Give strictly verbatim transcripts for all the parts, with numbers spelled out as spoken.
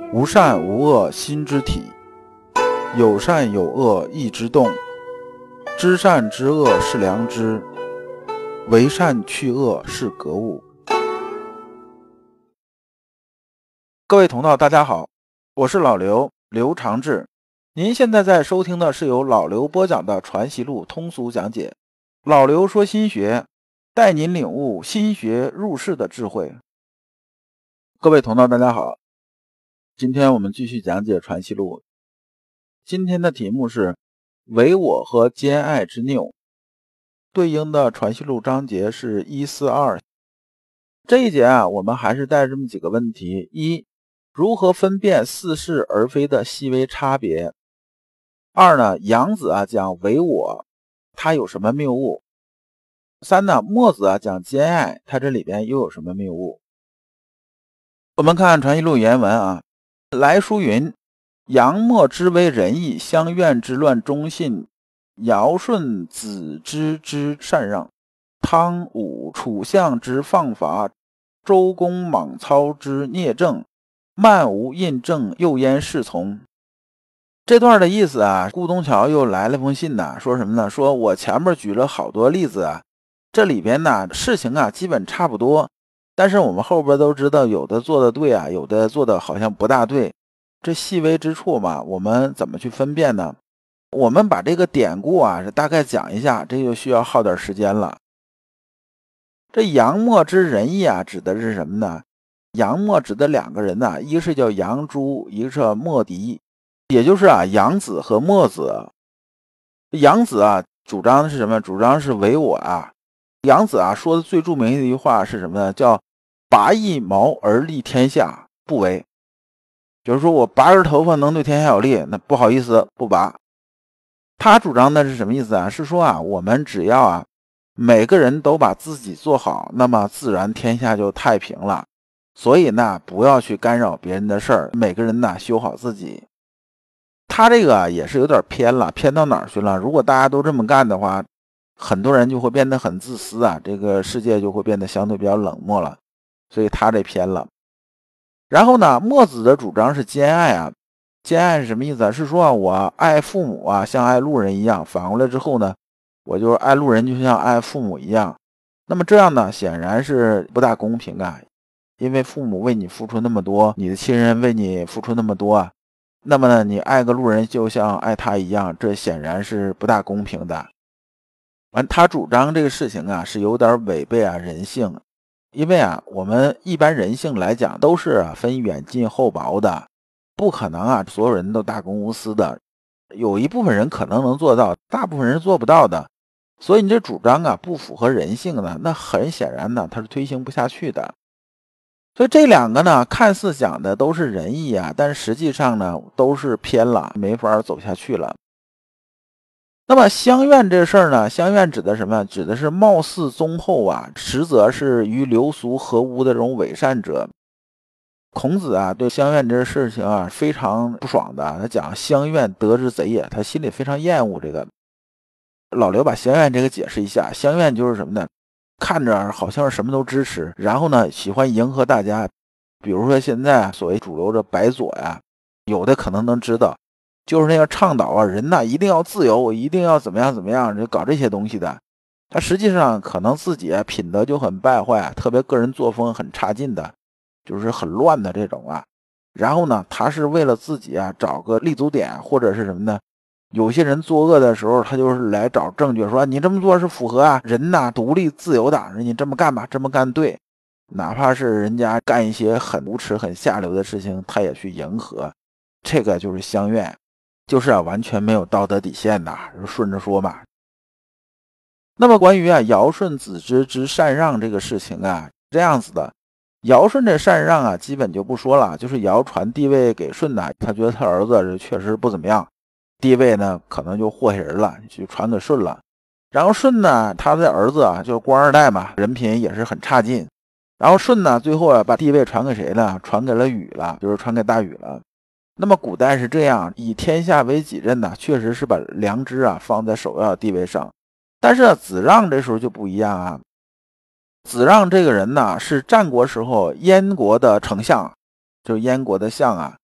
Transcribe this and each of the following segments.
无善无恶心之体，有善有恶意之动。知善知恶是良知，为善去恶是格物。各位同道大家好，我是老刘，刘长志。您现在在收听的是由老刘播讲的传习录通俗讲解。老刘说心学，带您领悟心学入世的智慧。各位同道大家好，今天我们继续讲解传习录。今天的题目是唯我和兼爱之拗，对应的传习录章节是一四二。这一节啊，我们还是带这么几个问题：一、如何分辨似是而非的细微差别？二呢，杨子啊讲唯我，它有什么谬误？三呢，墨子啊讲兼爱，它这里边又有什么谬误？我们看传习录原文啊，来书云：杨墨之为仁义，乡愿之乱忠信，尧舜子之之禅让，汤武楚相之放伐，周公莽操之聂政，漫无印证，又焉侍从。这段的意思啊，顾东桥又来了封信呢，说什么呢？说我前面举了好多例子啊，这里边呢事情啊基本差不多，但是我们后边都知道，有的做的对啊，有的做的好像不大对。这细微之处嘛，我们怎么去分辨呢？我们把这个典故啊大概讲一下，这就需要耗点时间了。这杨墨之仁义啊，指的是什么呢？杨墨指的两个人呢，一个是叫杨朱，一个是墨翟，也就是啊杨子和墨子。杨子啊主张的是什么？主张是唯我啊。杨子啊说的最著名的一句话是什么呢？叫拔一毛而利天下，不为。就是说我拔根头发能对天下有利，那不好意思不拔。他主张的是什么意思啊？是说啊，我们只要啊每个人都把自己做好，那么自然天下就太平了。所以呢，不要去干扰别人的事儿，每个人呢修好自己。他这个也是有点偏了，偏到哪儿去了？如果大家都这么干的话，很多人就会变得很自私啊，这个世界就会变得相对比较冷漠了。所以他这偏了。然后呢，墨子的主张是兼爱啊。兼爱是什么意思啊？是说啊，我爱父母啊，像爱路人一样。反过来之后呢，我就是爱路人，就像爱父母一样。那么这样呢，显然是不大公平啊。因为父母为你付出那么多，你的亲人为你付出那么多啊，那么呢，你爱个路人就像爱他一样，这显然是不大公平的。完，他主张这个事情啊，是有点违背啊人性。因为啊，我们一般人性来讲都是啊分远近厚薄的，不可能啊所有人都大公无私的，有一部分人可能能做到，大部分人做不到的。所以你这主张啊不符合人性呢，那很显然呢它是推行不下去的。所以这两个呢看似讲的都是仁义啊，但是实际上呢都是偏了，没法走下去了。那么乡愿这事儿呢，乡愿指的什么？指的是貌似忠厚啊，实则是与流俗合污的这种伪善者。孔子啊对乡愿这事情啊非常不爽的，他讲乡愿得之贼也，他心里非常厌恶这个。老刘把乡愿这个解释一下，乡愿就是什么呢？看着好像是什么都支持，然后呢喜欢迎合大家。比如说现在所谓主流的白左呀，有的可能能知道，就是那个倡导啊，人呐一定要自由，一定要怎么样怎么样，就搞这些东西的。他实际上可能自己啊品德就很败坏，特别个人作风很差劲的，就是很乱的这种啊。然后呢，他是为了自己啊找个立足点，或者是什么呢？有些人作恶的时候，他就是来找证据，说你这么做是符合啊人呐独立自由的，你这么干吧，这么干对。哪怕是人家干一些很无耻很下流的事情，他也去迎合。这个就是乡愿，就是啊完全没有道德底线的，顺着说嘛。那么关于啊尧舜子之之禅让这个事情啊，这样子的，尧舜这禅让啊基本就不说了，就是尧传帝位给舜的，他觉得他儿子确实不怎么样，帝位呢可能就祸害人了，就传给舜了。然后舜呢，他的儿子啊就是官二代嘛，人品也是很差劲。然后舜呢最后啊把帝位传给谁了？传给了禹了，就是传给大禹了。那么古代是这样，以天下为己任呢，确实是把良知啊放在首要的地位上。但是子让这时候就不一样啊。子让这个人呢是战国时候燕国的丞相，就是燕国的相啊。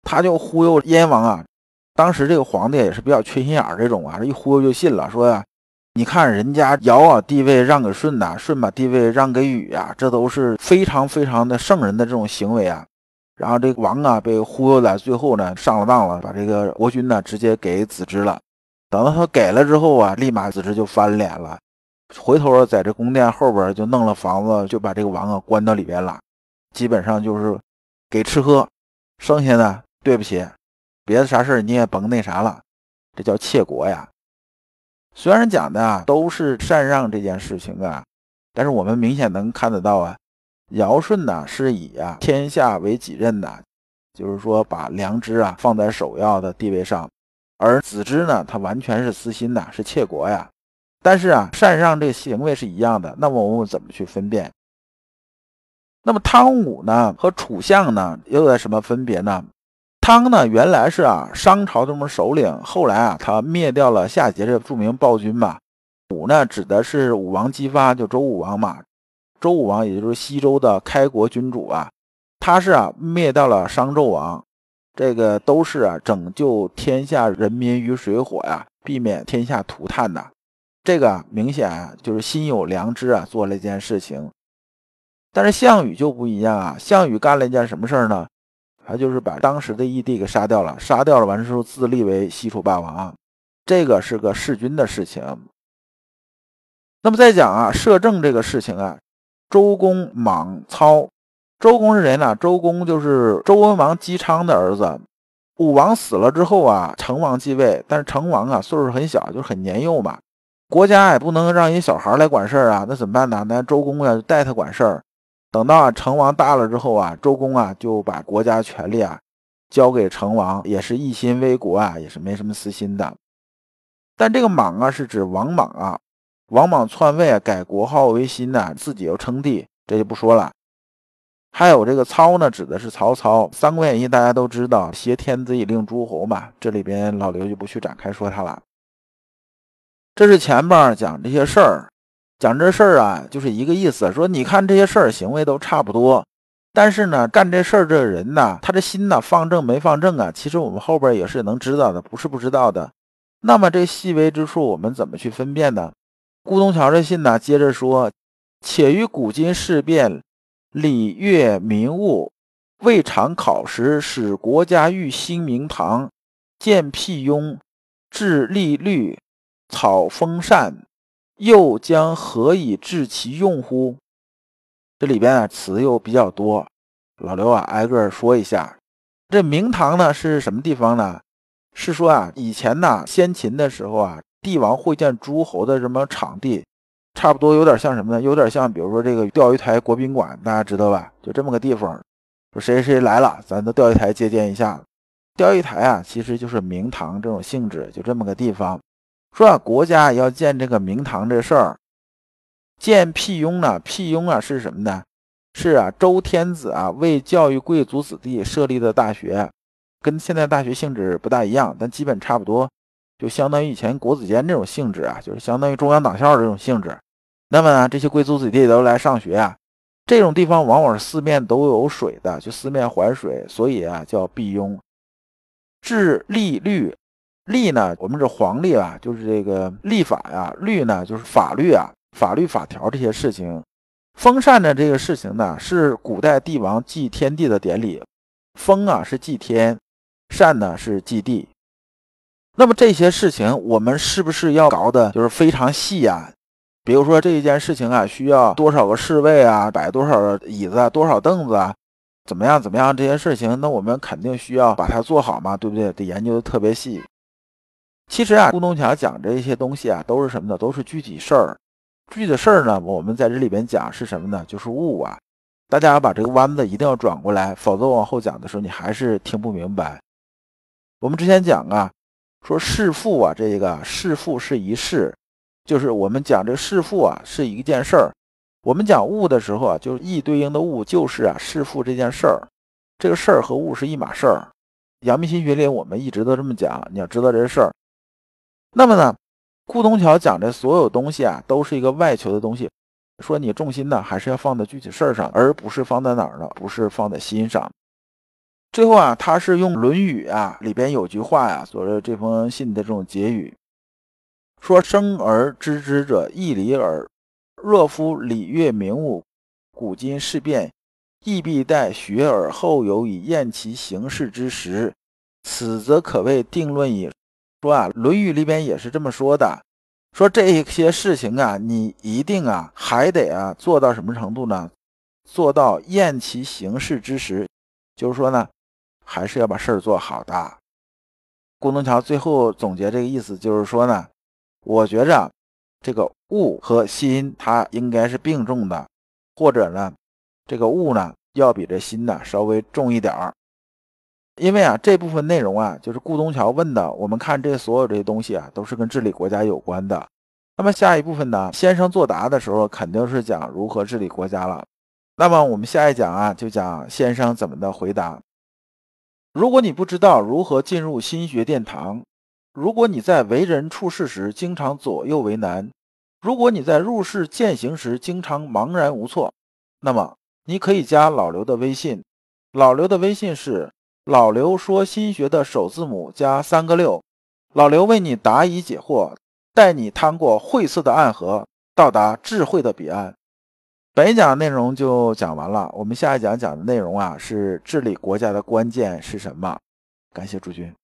他就忽悠燕王啊。当时这个皇帝也是比较缺心眼儿这种啊，一忽悠就信了，说呀，你看人家尧啊地位让给舜呐，舜把地位让给禹啊，这都是非常非常的圣人的这种行为啊。然后这个王啊被忽悠了，最后呢上了当了，把这个国君呢直接给子之了。等到他给了之后啊，立马子之就翻脸了，回头在这宫殿后边就弄了房子，就把这个王啊关到里边了，基本上就是给吃喝，剩下的对不起，别的啥事你也甭那啥了，这叫窃国呀。虽然讲的啊都是禅让这件事情啊，但是我们明显能看得到啊，尧舜呢是以啊天下为己任的，就是说把良知啊放在首要的地位上，而子之呢他完全是私心的，是窃国呀。但是啊禅让这个行为是一样的，那么我们怎么去分辨？那么汤武呢和楚相呢又有什么分别呢？汤呢原来是啊商朝这么首领，后来啊他灭掉了夏桀这著名暴君嘛。武呢指的是武王姬发，就周武王嘛。周武王也就是西周的开国君主啊，他是啊灭掉了商纣王，这个都是啊拯救天下人民于水火呀，避免天下涂炭的。这个啊明显啊就是心有良知啊做了一件事情。但是项羽就不一样啊，项羽干了一件什么事儿呢？他就是把当时的义帝给杀掉了，杀掉了完之后自立为西楚霸王，这个是个弑君的事情。那么再讲啊摄政这个事情啊，周公莽操。周公是谁呢？周公就是周文王姬昌的儿子。武王死了之后啊，成王继位，但是成王啊岁数很小，就是很年幼嘛，国家也不能让一小孩来管事儿啊，那怎么办呢？那周公啊带他管事儿。等到啊成王大了之后啊，周公啊就把国家权力啊交给成王，也是一心为国啊，也是没什么私心的。但这个莽啊是指王莽啊，王莽篡位啊，改国号为新呢、啊，自己又称帝，这就不说了。还有这个操呢，指的是曹操，《三国演义》大家都知道，挟天子以令诸侯嘛，这里边老刘就不去展开说他了。这是前边讲这些事儿。讲这事儿啊，就是一个意思，说你看这些事儿行为都差不多，但是呢，干这事儿这个人呢，他的心呢放正没放正啊，其实我们后边也是能知道的，不是不知道的。那么这细微之处我们怎么去分辨呢？顾东桥这信呢，接着说，且于古今事变，礼乐民物，未尝考实，使国家欲兴明堂，建辟雍，治利律，草丰善，又将何以治其用乎？这里边啊词又比较多，老刘啊挨个说一下。这明堂呢是什么地方呢？是说啊以前呢先秦的时候啊，帝王会见诸侯的什么场地，差不多有点像什么呢？有点像比如说这个钓鱼台国宾馆，大家知道吧？就这么个地方，说谁谁来了，咱都钓鱼台接见一下。钓鱼台啊其实就是明堂这种性质，就这么个地方。说啊，国家要建这个明堂这事儿，建辟雍呢？辟雍啊是什么呢？是啊，周天子啊为教育贵族子弟设立的大学，跟现在大学性质不大一样，但基本差不多，就相当于以前国子监这种性质啊，就是相当于中央党校这种性质。那么呢，这些贵族子弟都来上学啊，这种地方往往是四面都有水的，就四面环水，所以啊叫辟雍。治利律。律呢，我们这皇历啊，就是这个历法呀；律呢，就是法律啊，法律法条这些事情。封禅的这个事情呢，是古代帝王祭天地的典礼。封啊是祭天，禅呢是祭地。那么这些事情，我们是不是要搞的就是非常细啊？比如说这一件事情啊，需要多少个侍卫啊，摆多少椅子啊，多少凳子啊，怎么样怎么样这些事情，那我们肯定需要把它做好嘛，对不对？得研究的特别细。其实啊，顾东桥讲这些东西啊，都是什么呢？都是具体事儿。具体的事儿呢，我们在这里边讲是什么呢？就是物啊。大家把这个弯子一定要转过来，否则往后讲的时候你还是听不明白。我们之前讲啊，说弑父啊，这个弑父是一事，就是我们讲这个弑父啊是一件事儿。我们讲物的时候啊，就是义对应的物就是啊弑父这件事儿，这个事儿和物是一码事儿。阳明心学里我们一直都这么讲，你要知道这事儿。那么呢，顾东桥讲的所有东西啊，都是一个外求的东西，说你重心呢还是要放在具体事儿上，而不是放在哪儿呢？不是放在心上。 最后啊，他是用《论语》啊里边有句话呀，作为这封信的这种结语，说生而知之者亦礼耳。若夫礼乐名物，古今事变，亦必待学而后有以验其行事之时，此则可谓定论矣。说啊，《论语》里边也是这么说的，说这些事情啊，你一定啊还得啊做到什么程度呢？做到验其行事之时，就是说呢，还是要把事儿做好的。顾东桥最后总结这个意思，就是说呢，我觉着这个物和心它应该是并重的，或者呢，这个物呢要比这心呢稍微重一点儿。因为啊，这部分内容啊，就是顾东桥问的，我们看这所有这些东西啊，都是跟治理国家有关的。那么下一部分呢，先生作答的时候肯定是讲如何治理国家了。那么我们下一讲啊，就讲先生怎么的回答。如果你不知道如何进入心学殿堂，如果你在为人处事时经常左右为难，如果你在入世践行时经常茫然无措，那么你可以加老刘的微信。老刘的微信是老刘说心学的首字母加三个六，老刘为你答疑解惑，带你趟过晦涩的暗河，到达智慧的彼岸。本一讲内容就讲完了，我们下一讲讲的内容啊是治理国家的关键是什么？感谢诸君。